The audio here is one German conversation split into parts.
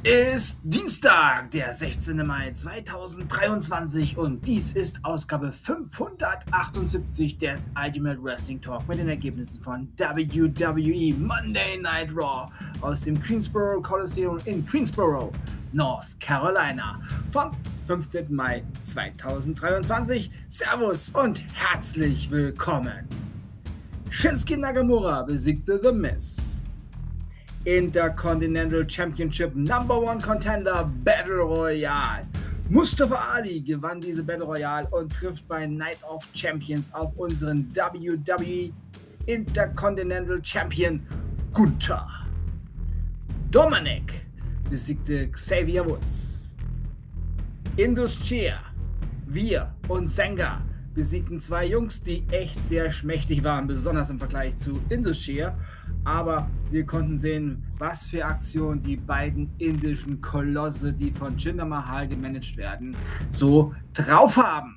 ist Dienstag, der 16. Mai 2023 und dies ist Ausgabe 578 des Ultimate Wrestling Talk mit den Ergebnissen von WWE Monday Night Raw aus dem Greensboro Coliseum in Greensboro, North Carolina vom 15. Mai 2023. Servus und herzlich willkommen. Shinsuke Nakamura besiegte The Miz. Intercontinental Championship Number One Contender Battle Royale. Mustafa Ali gewann diese Battle Royale und trifft bei Night of Champions auf unseren WWE Intercontinental Champion Gunther. Dominic besiegte Xavier Woods. Indus-Scher, Wir und Senga besiegten zwei Jungs, die echt sehr schmächtig waren, besonders im Vergleich zu Indus-Scher. Aber wir konnten sehen, was für Aktionen die beiden indischen Kolosse, die von Jinder Mahal gemanagt werden, so drauf haben.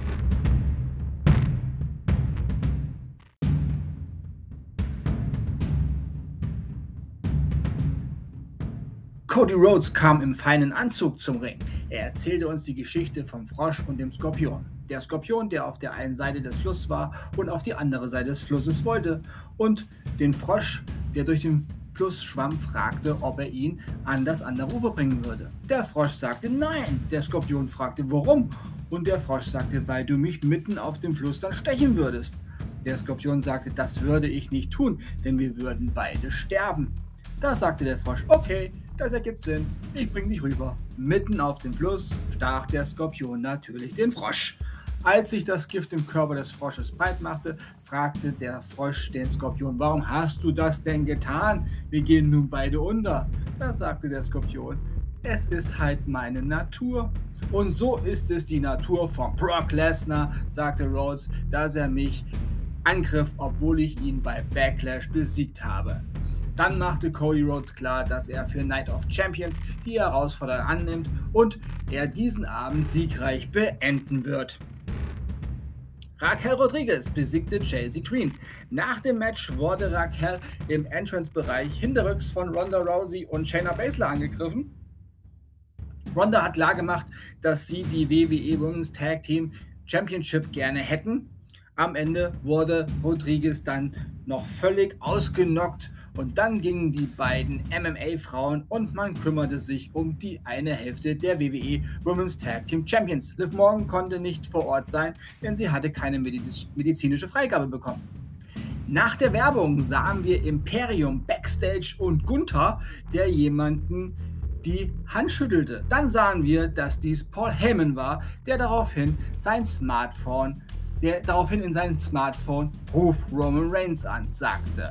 Cody Rhodes kam im feinen Anzug zum Ring. Er erzählte uns die Geschichte vom Frosch und dem Skorpion. Der Skorpion, der auf der einen Seite des Flusses war und auf die andere Seite des Flusses wollte. Und den Frosch, der durch den Fluss schwamm, fragte, ob er ihn an das andere Ufer bringen würde. Der Frosch sagte nein. Der Skorpion fragte warum. Und der Frosch sagte, weil du mich mitten auf dem Fluss dann stechen würdest. Der Skorpion sagte, das würde ich nicht tun, denn wir würden beide sterben. Da sagte der Frosch, okay, das ergibt Sinn, ich bring dich rüber. Mitten auf dem Fluss stach der Skorpion natürlich den Frosch. Als sich das Gift im Körper des Frosches breit machte, fragte der Frosch den Skorpion, warum hast du das denn getan? Wir gehen nun beide unter. Da sagte der Skorpion, es ist halt meine Natur. Und so ist es die Natur von Brock Lesnar, sagte Rhodes, dass er mich angriff, obwohl ich ihn bei Backlash besiegt habe. Dann machte Cody Rhodes klar, dass er für Night of Champions die Herausforderung annimmt und er diesen Abend siegreich beenden wird. Raquel Rodriguez besiegte Chelsea Green. Nach dem Match wurde Raquel im Entrance-Bereich hinterrücks von Ronda Rousey und Shayna Baszler angegriffen. Ronda hat klargemacht, dass sie die WWE Women's Tag Team Championship gerne hätten. Am Ende wurde Rodriguez dann noch völlig ausgenockt und dann gingen die beiden MMA-Frauen und man kümmerte sich um die eine Hälfte der WWE Women's Tag Team Champions. Liv Morgan konnte nicht vor Ort sein, denn sie hatte keine medizinische Freigabe bekommen. Nach der Werbung sahen wir Imperium backstage und Gunther, der jemanden die Hand schüttelte. Dann sahen wir, dass dies Paul Heyman war, der daraufhin in sein Smartphone Ruf Roman Reigns ansagte.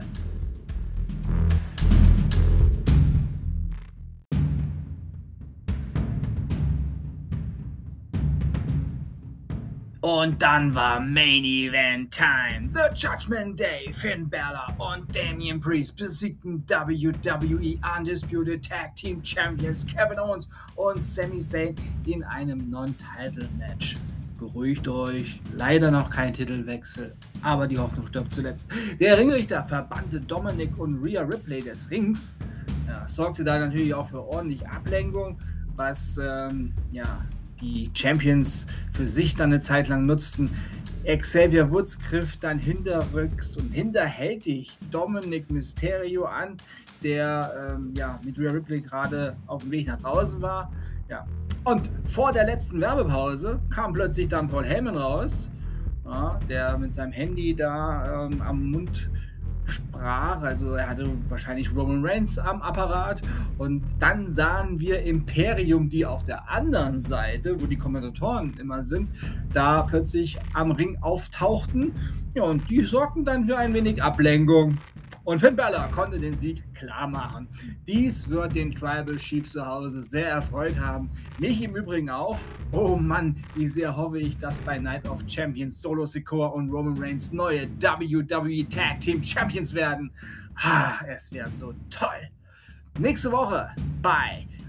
Und dann war Main Event Time. The Judgment Day. Finn Balor und Damian Priest besiegten WWE Undisputed Tag Team Champions Kevin Owens und Sami Zayn in einem Non-Title-Match. Beruhigt euch, leider noch kein Titelwechsel, aber die Hoffnung stirbt zuletzt. Der Ringrichter verbannte Dominic und Rhea Ripley des Rings. Ja, sorgte da natürlich auch für ordentlich Ablenkung, was die Champions für sich dann eine Zeit lang nutzten. Xavier Woods griff dann hinterrücks und hinterhältig Dominic Mysterio an, der mit Rhea Ripley gerade auf dem Weg nach draußen war. Ja. Und vor der letzten Werbepause kam plötzlich dann Paul Heyman raus, der mit seinem Handy da am Mund sprach, also er hatte wahrscheinlich Roman Reigns am Apparat und dann sahen wir Imperium, die auf der anderen Seite, wo die Kommentatoren immer sind, da plötzlich am Ring auftauchten, ja, und die sorgten dann für ein wenig Ablenkung. Und Finn Balor konnte den Sieg klar machen. Dies wird den Tribal Chief zu Hause sehr erfreut haben. Mich im Übrigen auch. Oh Mann, wie sehr hoffe ich, dass bei Night of Champions Solo Sikoa und Roman Reigns neue WWE Tag Team Champions werden. Es wäre so toll. Nächste Woche bei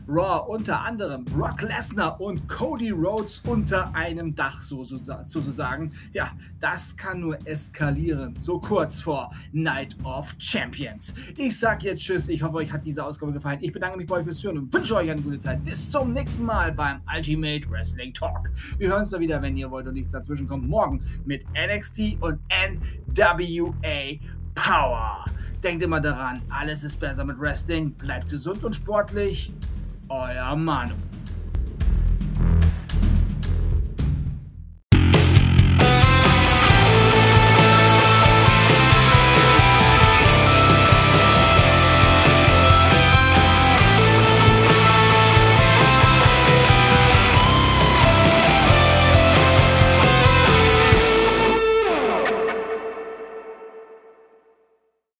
Raw unter anderem Brock Lesnar und Cody Rhodes unter einem Dach sozusagen. Ja, das kann nur eskalieren, so kurz vor Night of Champions. Ich sag jetzt Tschüss, ich hoffe, euch hat diese Ausgabe gefallen. Ich bedanke mich bei euch fürs Hören und wünsche euch eine gute Zeit. Bis zum nächsten Mal beim Ultimate Wrestling Talk. Wir hören uns da wieder, wenn ihr wollt und nichts dazwischen kommt, morgen mit NXT und NWA Power. Denkt immer daran, alles ist besser mit Wrestling. Bleibt gesund und sportlich. Euer Manu.